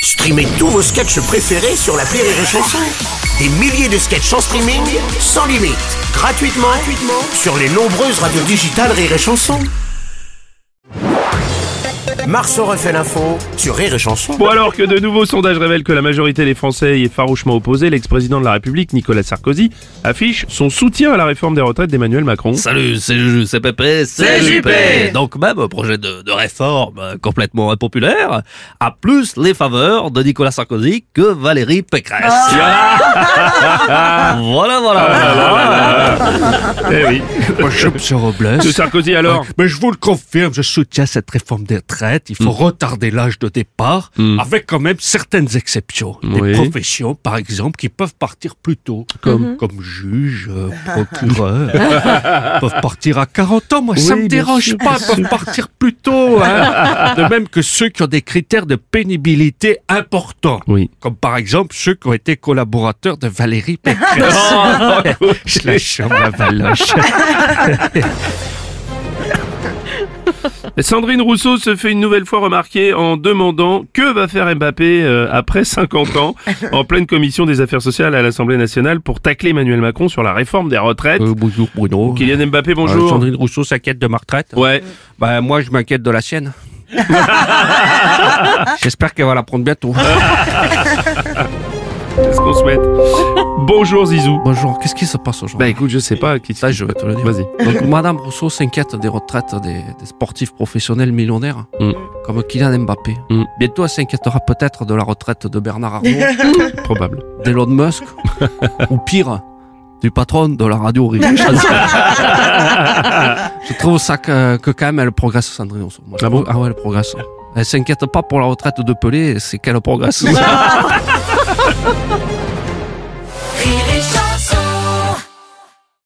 Streamez tous vos sketchs préférés sur l'appli Rire et Chanson. Des milliers de sketchs en streaming, sans limite, gratuitement sur les nombreuses radios digitales Rire et Chanson. Marceau refait l'info sur Rire et Chanson. Bon, alors que de nouveaux sondages révèlent que la majorité des Français y est farouchement opposée, l'ex-président de la République, Nicolas Sarkozy, affiche son soutien à la réforme des retraites d'Emmanuel Macron. Salut, c'est Juju, c'est Pépé, c'est JP. Donc même projet de réforme complètement impopulaire, a plus les faveurs de Nicolas Sarkozy que Valérie Pécresse. Voilà. Eh oui. Bonjour, M. Robles. De Sarkozy alors. Mais je vous le confirme, je soutiens cette réforme des retraites. Il faut retarder l'âge de départ, avec quand même certaines exceptions. Des professions, par exemple, qui peuvent partir plus tôt. Comme juge, procureur. Peuvent partir à 40 ans. Moi, ça me dérange pas. Ils peuvent partir plus tôt. Hein. De même que ceux qui ont des critères de pénibilité importants. Oui. Comme par exemple ceux qui ont été collaborateurs de Valérie Pécresse. Je la chante la valoche. Sandrine Rousseau se fait une nouvelle fois remarquer en demandant que va faire Mbappé après 50 ans en pleine commission des affaires sociales à l'Assemblée nationale pour tacler Emmanuel Macron sur la réforme des retraites. Bonjour Bruno. Kylian Mbappé, bonjour. Sandrine Rousseau s'inquiète de ma retraite. Ouais. Bah moi je m'inquiète de la sienne. J'espère qu'elle va la prendre bientôt. C'est ce qu'on souhaite. Bonjour Zizou. Bonjour, qu'est-ce qui se passe aujourd'hui? Bah écoute, je sais pas qui Ça, je vais te le dire. Vas-y. Donc Madame Rousseau s'inquiète des retraites des sportifs professionnels millionnaires, comme Kylian Mbappé. Bientôt elle s'inquiétera peut-être de la retraite de Bernard Arnault, Probable. d'Elon Musk, ou pire, du patron de la radio Rire et Chanson. Je trouve ça que quand même elle progresse, Sandrine Rousseau. Moi, Ah bon? Ah ouais, elle progresse. Elle s'inquiète pas pour la retraite de Pelé, c'est qu'elle progresse.